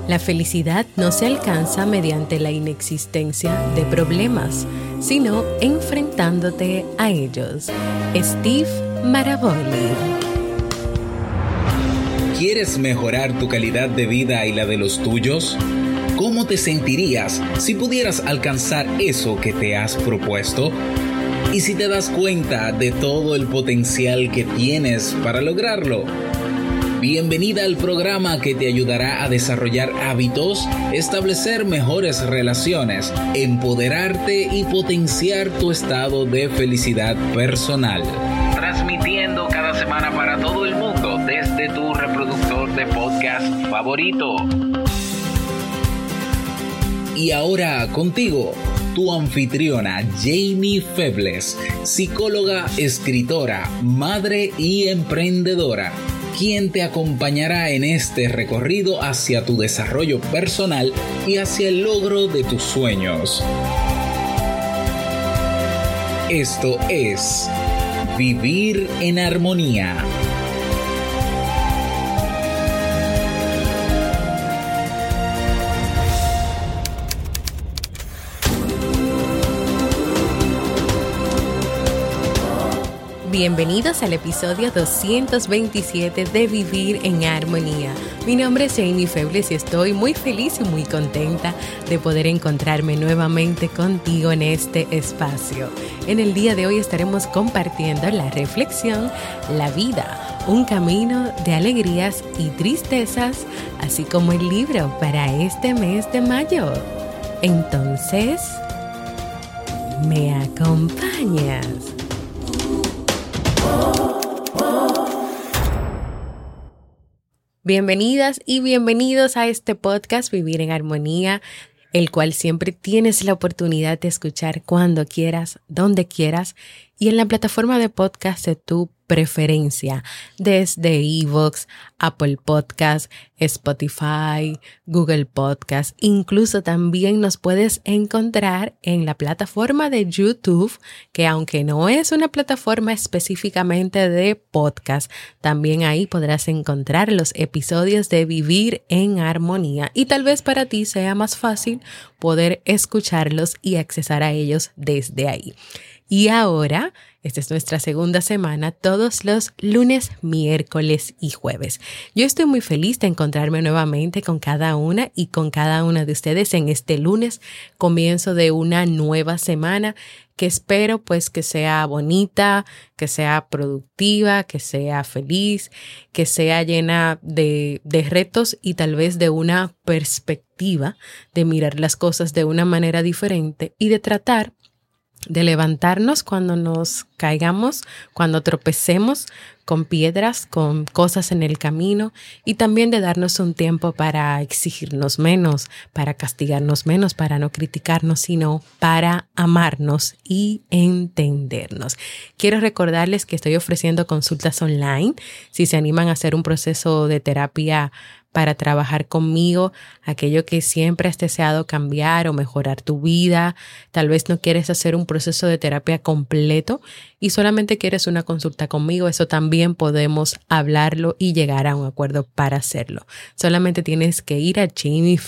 La felicidad no se alcanza mediante la inexistencia de problemas, sino enfrentándote a ellos. Steve Maraboli. ¿Quieres mejorar tu calidad de vida y la de los tuyos? ¿Cómo te sentirías si pudieras alcanzar eso que te has propuesto? ¿Y si te das cuenta de todo el potencial que tienes para lograrlo? Bienvenida al programa que te ayudará a desarrollar hábitos, establecer mejores relaciones, empoderarte y potenciar tu estado de felicidad personal. Transmitiendo cada semana para todo el mundo desde tu reproductor de podcast favorito. Y ahora contigo, tu anfitriona Jamie Febles, psicóloga, escritora, madre y emprendedora, quien te acompañará en este recorrido hacia tu desarrollo personal y hacia el logro de tus sueños. Esto es Vivir en Armonía. Bienvenidos al episodio 227 de Vivir en Armonía. Mi nombre es Jamie Febles y estoy muy feliz y muy contenta de poder encontrarme nuevamente contigo en este espacio. En el día de hoy estaremos compartiendo la reflexión, la vida, un camino de alegrías y tristezas, así como el libro para este mes de mayo. Entonces, ¿me acompañas? Bienvenidas y bienvenidos a este podcast Vivir en Armonía, el cual siempre tienes la oportunidad de escuchar cuando quieras, donde quieras y en la plataforma de podcast de tu preferencia, desde iVoox, Apple Podcast, Spotify, Google Podcast. Incluso también nos puedes encontrar en la plataforma de YouTube, que aunque no es una plataforma específicamente de podcast, también ahí podrás encontrar los episodios de Vivir en Armonía y tal vez para ti sea más fácil poder escucharlos y accesar a ellos desde ahí. Y ahora, esta es nuestra segunda semana, todos los lunes, miércoles y jueves. Yo estoy muy feliz de encontrarme nuevamente con cada una y con cada una de ustedes en este lunes, comienzo de una nueva semana que espero pues que sea bonita, que sea productiva, que sea feliz, que sea llena de retos y tal vez de una perspectiva de mirar las cosas de una manera diferente y de tratar de levantarnos cuando nos caigamos, cuando tropecemos con piedras, con cosas en el camino y también de darnos un tiempo para exigirnos menos, para castigarnos menos, para no criticarnos, sino para amarnos y entendernos. Quiero recordarles que estoy ofreciendo consultas online. Si se animan a hacer un proceso de terapia para trabajar conmigo, aquello que siempre has deseado cambiar o mejorar tu vida. Tal vez no quieres hacer un proceso de terapia completo y solamente quieres una consulta conmigo. Eso también podemos hablarlo y llegar a un acuerdo para hacerlo. Solamente tienes que ir a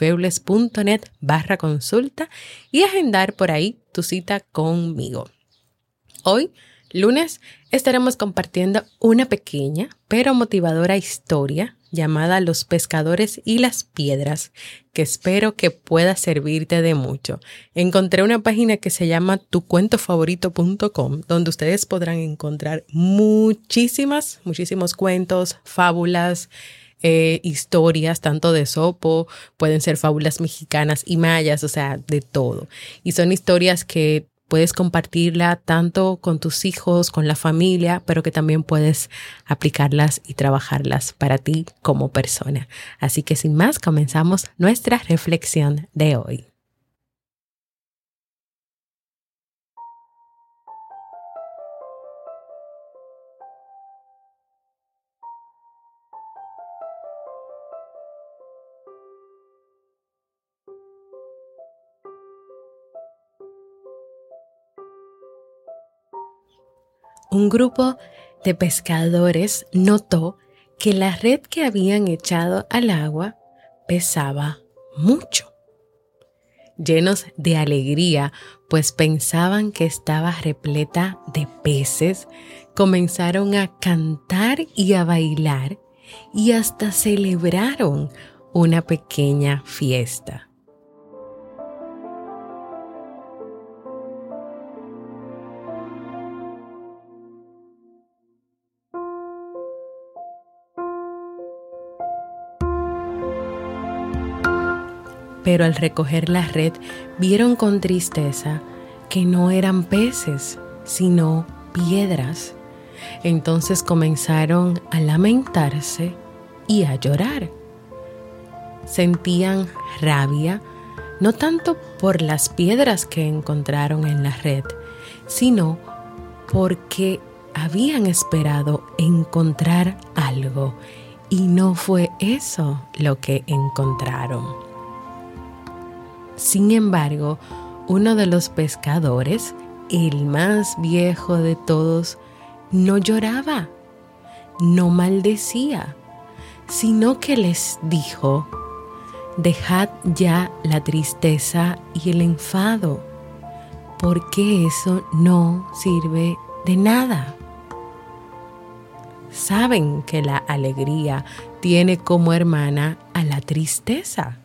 jamiefebles.net/consulta y agendar por ahí tu cita conmigo. Hoy, lunes, estaremos compartiendo una pequeña pero motivadora historia llamada Los pescadores y las piedras, que espero que pueda servirte de mucho. Encontré una página que se llama tucuentofavorito.com, donde ustedes podrán encontrar muchísimos cuentos, fábulas, historias, tanto de Esopo, pueden ser fábulas mexicanas y mayas, o sea, de todo. Y son historias que puedes compartirla tanto con tus hijos, con la familia, pero que también puedes aplicarlas y trabajarlas para ti como persona. Así que sin más, comenzamos nuestra reflexión de hoy. Un grupo de pescadores notó que la red que habían echado al agua pesaba mucho. Llenos de alegría, pues pensaban que estaba repleta de peces, comenzaron a cantar y a bailar y hasta celebraron una pequeña fiesta. Pero al recoger la red, vieron con tristeza que no eran peces, sino piedras. Entonces comenzaron a lamentarse y a llorar. Sentían rabia, no tanto por las piedras que encontraron en la red, sino porque habían esperado encontrar algo y no fue eso lo que encontraron. Sin embargo, uno de los pescadores, el más viejo de todos, no lloraba, no maldecía, sino que les dijo: dejad ya la tristeza y el enfado, porque eso no sirve de nada. Saben que la alegría tiene como hermana a la tristeza.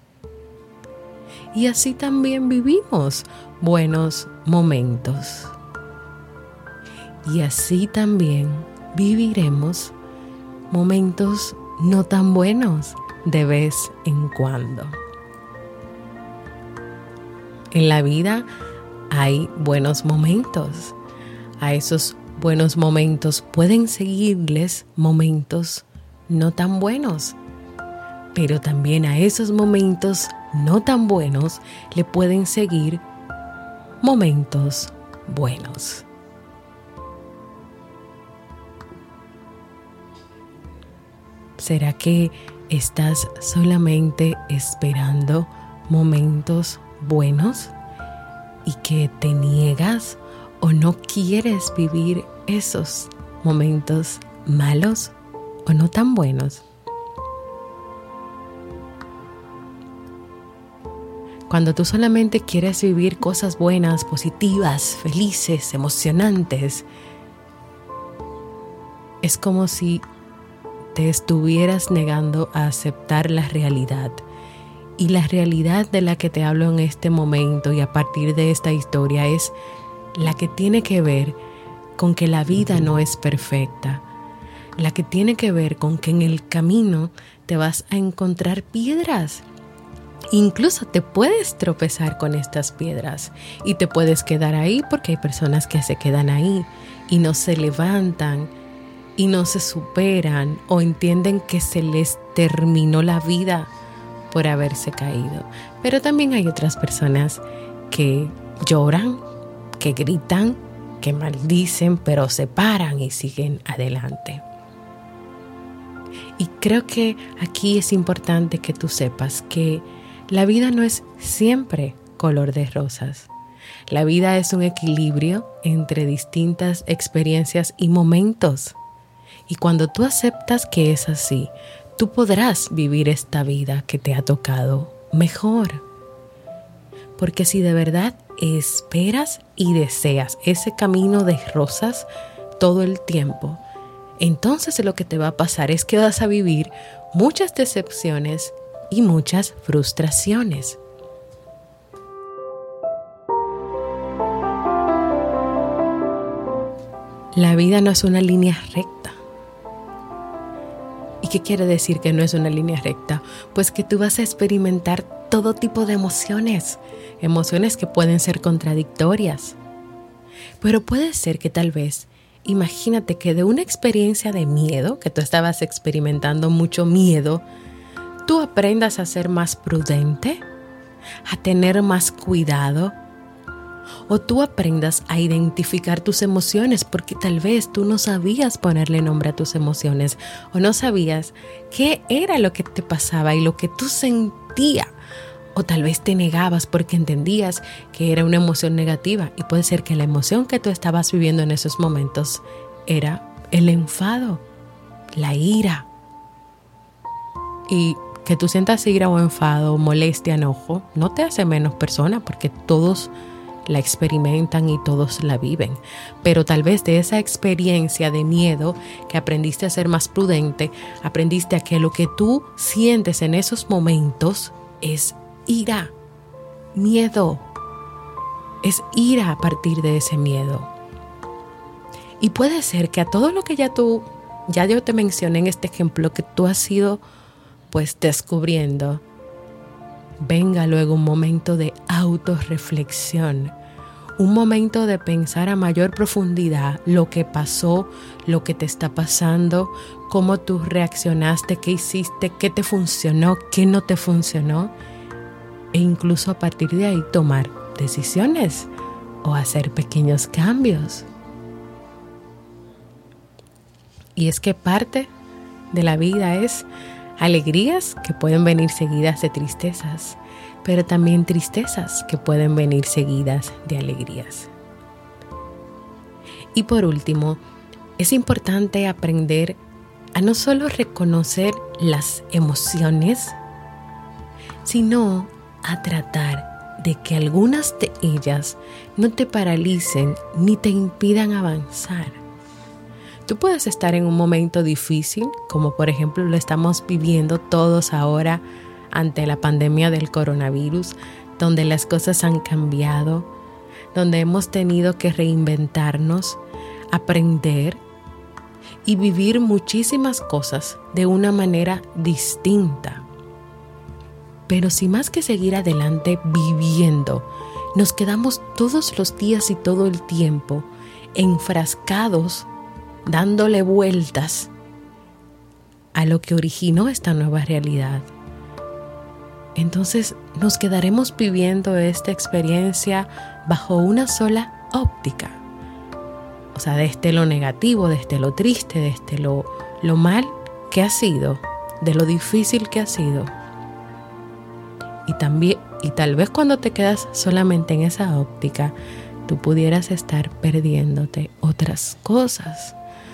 Y así también vivimos buenos momentos. Y así también viviremos momentos no tan buenos de vez en cuando. En la vida hay buenos momentos. A esos buenos momentos pueden seguirles momentos no tan buenos. Pero también a esos momentos no tan buenos le pueden seguir momentos buenos. ¿Será que estás solamente esperando momentos buenos y que te niegas o no quieres vivir esos momentos malos o no tan buenos? Cuando tú solamente quieres vivir cosas buenas, positivas, felices, emocionantes, es como si te estuvieras negando a aceptar la realidad. Y la realidad de la que te hablo en este momento y a partir de esta historia es la que tiene que ver con que la vida no es perfecta. La que tiene que ver con que en el camino te vas a encontrar piedras. Incluso te puedes tropezar con estas piedras y te puedes quedar ahí, porque hay personas que se quedan ahí y no se levantan y no se superan o entienden que se les terminó la vida por haberse caído. Pero también hay otras personas que lloran, que gritan, que maldicen, pero se paran y siguen adelante. Y creo que aquí es importante que tú sepas que la vida no es siempre color de rosas. La vida es un equilibrio entre distintas experiencias y momentos. Y cuando tú aceptas que es así, tú podrás vivir esta vida que te ha tocado mejor. Porque si de verdad esperas y deseas ese camino de rosas todo el tiempo, entonces lo que te va a pasar es que vas a vivir muchas decepciones y muchas frustraciones. La vida no es una línea recta. ¿Y qué quiere decir que no es una línea recta? Pues que tú vas a experimentar todo tipo de emociones, emociones que pueden ser contradictorias. Pero puede ser que tal vez, imagínate que de una experiencia de miedo, que tú estabas experimentando mucho miedo, tú aprendas a ser más prudente, a tener más cuidado, o tú aprendas a identificar tus emociones, porque tal vez tú no sabías ponerle nombre a tus emociones o no sabías qué era lo que te pasaba y lo que tú sentías, o tal vez te negabas porque entendías que era una emoción negativa, y puede ser que la emoción que tú estabas viviendo en esos momentos era el enfado, la ira. Y Que tú sientas ira o enfado, molestia, enojo, no te hace menos persona porque todos la experimentan y todos la viven. Pero tal vez de esa experiencia de miedo que aprendiste a ser más prudente, aprendiste a que lo que tú sientes en esos momentos es ira, miedo. Es ira a partir de ese miedo. Y puede ser que a todo lo que ya yo te mencioné en este ejemplo, que tú has ido pues descubriendo, venga luego un momento de autorreflexión, un momento de pensar a mayor profundidad lo que pasó, lo que te está pasando, cómo tú reaccionaste, qué hiciste, qué te funcionó, qué no te funcionó, e incluso a partir de ahí tomar decisiones o hacer pequeños cambios. Y es que parte de la vida es alegrías que pueden venir seguidas de tristezas, pero también tristezas que pueden venir seguidas de alegrías. Y por último, es importante aprender a no solo reconocer las emociones, sino a tratar de que algunas de ellas no te paralicen ni te impidan avanzar. Tú puedes estar en un momento difícil, como por ejemplo lo estamos viviendo todos ahora ante la pandemia del coronavirus, donde las cosas han cambiado, donde hemos tenido que reinventarnos, aprender y vivir muchísimas cosas de una manera distinta. Pero si más que seguir adelante viviendo, nos quedamos todos los días y todo el tiempo enfrascados dándole vueltas a lo que originó esta nueva realidad, entonces nos quedaremos viviendo esta experiencia bajo una sola óptica. O sea, desde lo negativo, desde lo triste, desde lo mal que ha sido, de lo difícil que ha sido. Y tal vez cuando te quedas solamente en esa óptica, tú pudieras estar perdiéndote otras cosas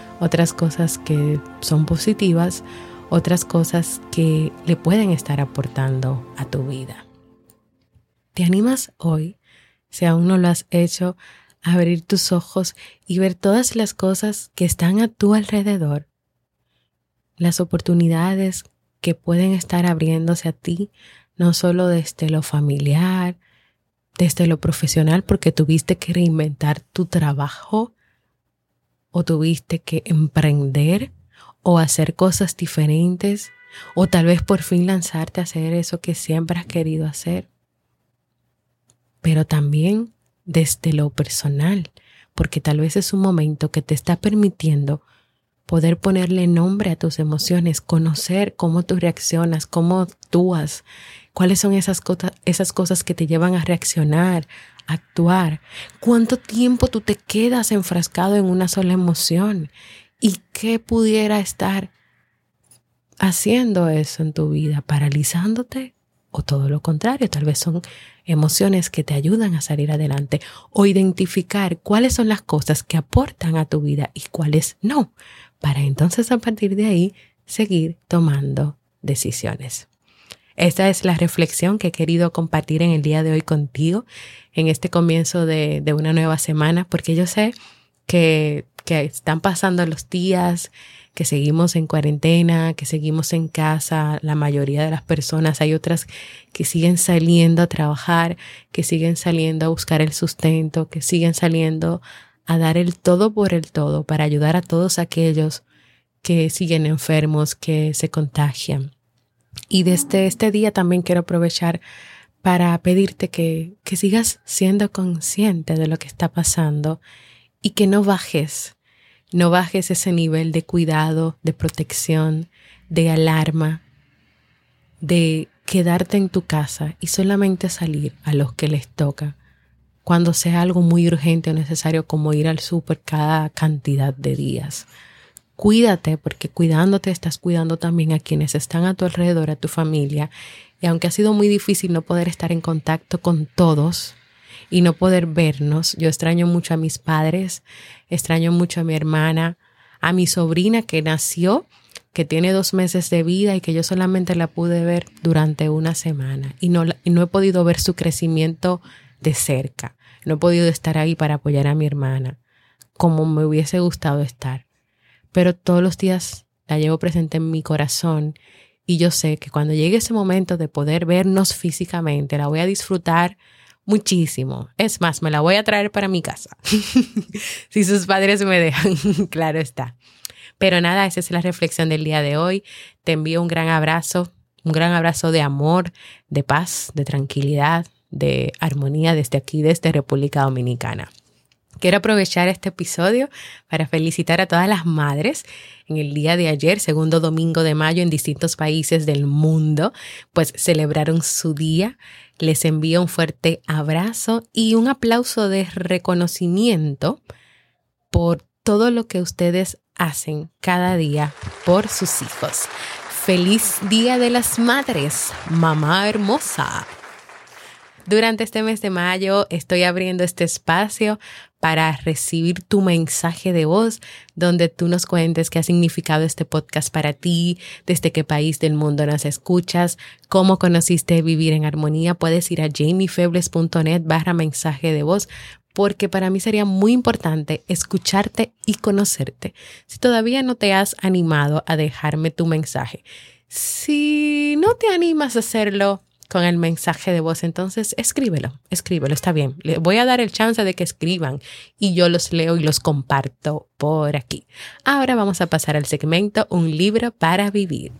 que son positivas, otras cosas que le pueden estar aportando a tu vida. ¿Te animas hoy, si aún no lo has hecho, a abrir tus ojos y ver todas las cosas que están a tu alrededor? Las oportunidades que pueden estar abriéndose a ti, no solo desde lo familiar, desde lo profesional, porque tuviste que reinventar tu trabajo, o tuviste que emprender o hacer cosas diferentes, o tal vez por fin lanzarte a hacer eso que siempre has querido hacer. Pero también desde lo personal, porque tal vez es un momento que te está permitiendo poder ponerle nombre a tus emociones, conocer cómo tú reaccionas, cómo actúas, cuáles son esas cosas que te llevan a reaccionar, actuar, cuánto tiempo tú te quedas enfrascado en una sola emoción y qué pudiera estar haciendo eso en tu vida, paralizándote o todo lo contrario. Tal vez son emociones que te ayudan a salir adelante, o identificar cuáles son las cosas que aportan a tu vida y cuáles no, para entonces a partir de ahí seguir tomando decisiones. Esta es la reflexión que he querido compartir en el día de hoy contigo, en este comienzo de una nueva semana, porque yo sé que están pasando los días, que seguimos en cuarentena, que seguimos en casa, la mayoría de las personas. Hay otras que siguen saliendo a trabajar, que siguen saliendo a buscar el sustento, que siguen saliendo a dar el todo por el todo para ayudar a todos aquellos que siguen enfermos, que se contagian. Y desde este día también quiero aprovechar para pedirte que sigas siendo consciente de lo que está pasando y que no bajes ese nivel de cuidado, de protección, de alarma, de quedarte en tu casa y solamente salir a los que les toca cuando sea algo muy urgente o necesario, como ir al súper cada cantidad de días. Cuídate, porque cuidándote estás cuidando también a quienes están a tu alrededor, a tu familia. Y aunque ha sido muy difícil no poder estar en contacto con todos y no poder vernos, yo extraño mucho a mis padres, extraño mucho a mi hermana, a mi sobrina que nació que tiene 2 meses de vida y que yo solamente la pude ver durante una semana y no he podido ver su crecimiento de cerca. No he podido estar ahí para apoyar a mi hermana como me hubiese gustado estar. Pero todos los días la llevo presente en mi corazón y yo sé que cuando llegue ese momento de poder vernos físicamente, la voy a disfrutar muchísimo. Es más, me la voy a traer para mi casa. Si sus padres me dejan, claro está. Pero nada, esa es la reflexión del día de hoy. Te envío un gran abrazo de amor, de paz, de tranquilidad, de armonía desde aquí, desde República Dominicana. Quiero aprovechar este episodio para felicitar a todas las madres en el día de ayer, segundo domingo de mayo, en distintos países del mundo, pues celebraron su día. Les envío un fuerte abrazo y un aplauso de reconocimiento por todo lo que ustedes hacen cada día por sus hijos. ¡Feliz Día de las Madres, mamá hermosa! Durante este mes de mayo estoy abriendo este espacio para recibir tu mensaje de voz donde tú nos cuentes qué ha significado este podcast para ti, desde qué país del mundo nos escuchas, cómo conociste Vivir en Armonía. Puedes ir a jamiefebles.net/mensaje de voz porque para mí sería muy importante escucharte y conocerte. Si todavía no te has animado a dejarme tu mensaje, si no te animas a hacerlo con el mensaje de voz, entonces escríbelo, está bien. Le voy a dar el chance de que escriban y yo los leo y los comparto por aquí. Ahora vamos a pasar al segmento Un libro para vivir.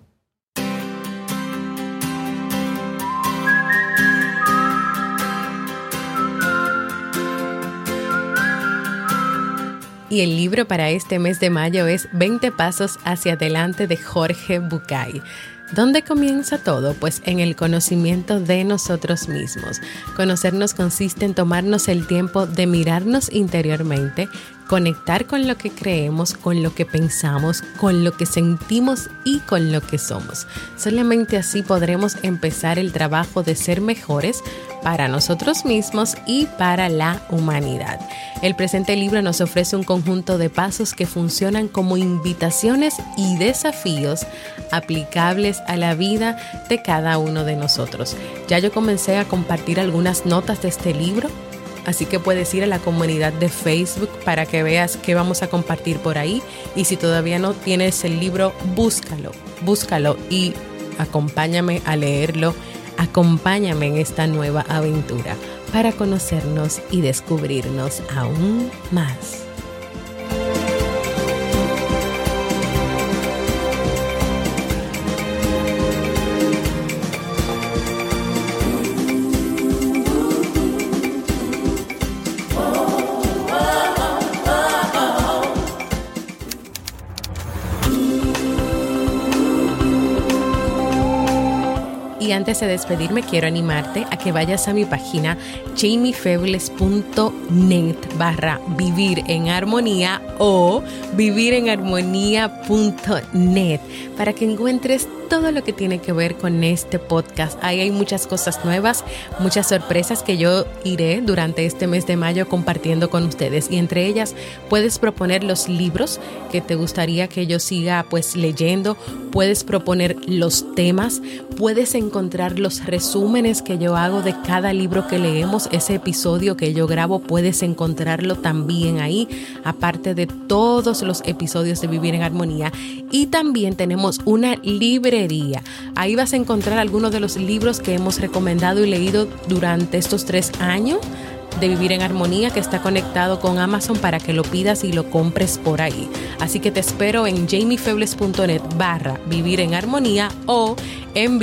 Y el libro para este mes de mayo es 20 pasos hacia adelante de Jorge Bucay. ¿Dónde comienza todo? Pues en el conocimiento de nosotros mismos. Conocernos consiste en tomarnos el tiempo de mirarnos interiormente, conectar con lo que creemos, con lo que pensamos, con lo que sentimos y con lo que somos. Solamente así podremos empezar el trabajo de ser mejores para nosotros mismos y para la humanidad. El presente libro nos ofrece un conjunto de pasos que funcionan como invitaciones y desafíos aplicables a la vida de cada uno de nosotros. Ya yo comencé a compartir algunas notas de este libro, así que puedes ir a la comunidad de Facebook para que veas qué vamos a compartir por ahí. Y si todavía no tienes el libro, búscalo y acompáñame a leerlo. Acompáñame en esta nueva aventura para conocernos y descubrirnos aún más. Y antes de despedirme, quiero animarte a que vayas a mi página jamiefebles.net/vivir en armonía o vivirenarmonía.net para que encuentres todo lo que tiene que ver con este podcast. Ahí hay muchas cosas nuevas, muchas sorpresas que yo iré durante este mes de mayo compartiendo con ustedes. Y entre ellas puedes proponer los libros que te gustaría que yo siga pues leyendo. Puedes proponer los temas, puedes encontrar los resúmenes que yo hago de cada libro que leemos. Ese episodio que yo grabo puedes encontrarlo también ahí, aparte de todos los episodios de Vivir en Armonía. Y también tenemos una librería. Ahí vas a encontrar algunos de los libros que hemos recomendado y leído durante estos 3 años de Vivir en Armonía, que está conectado con Amazon para que lo pidas y lo compres por ahí. Así que te espero en jamiefebles.net/vivir en armonía o en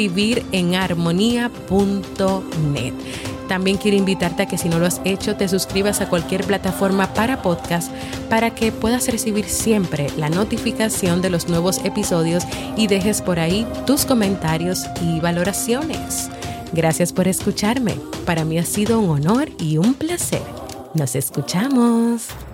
vivirenarmonía.net. También quiero invitarte a que si no lo has hecho, te suscribas a cualquier plataforma para podcast para que puedas recibir siempre la notificación de los nuevos episodios y dejes por ahí tus comentarios y valoraciones. Gracias por escucharme. Para mí ha sido un honor y un placer. Nos escuchamos.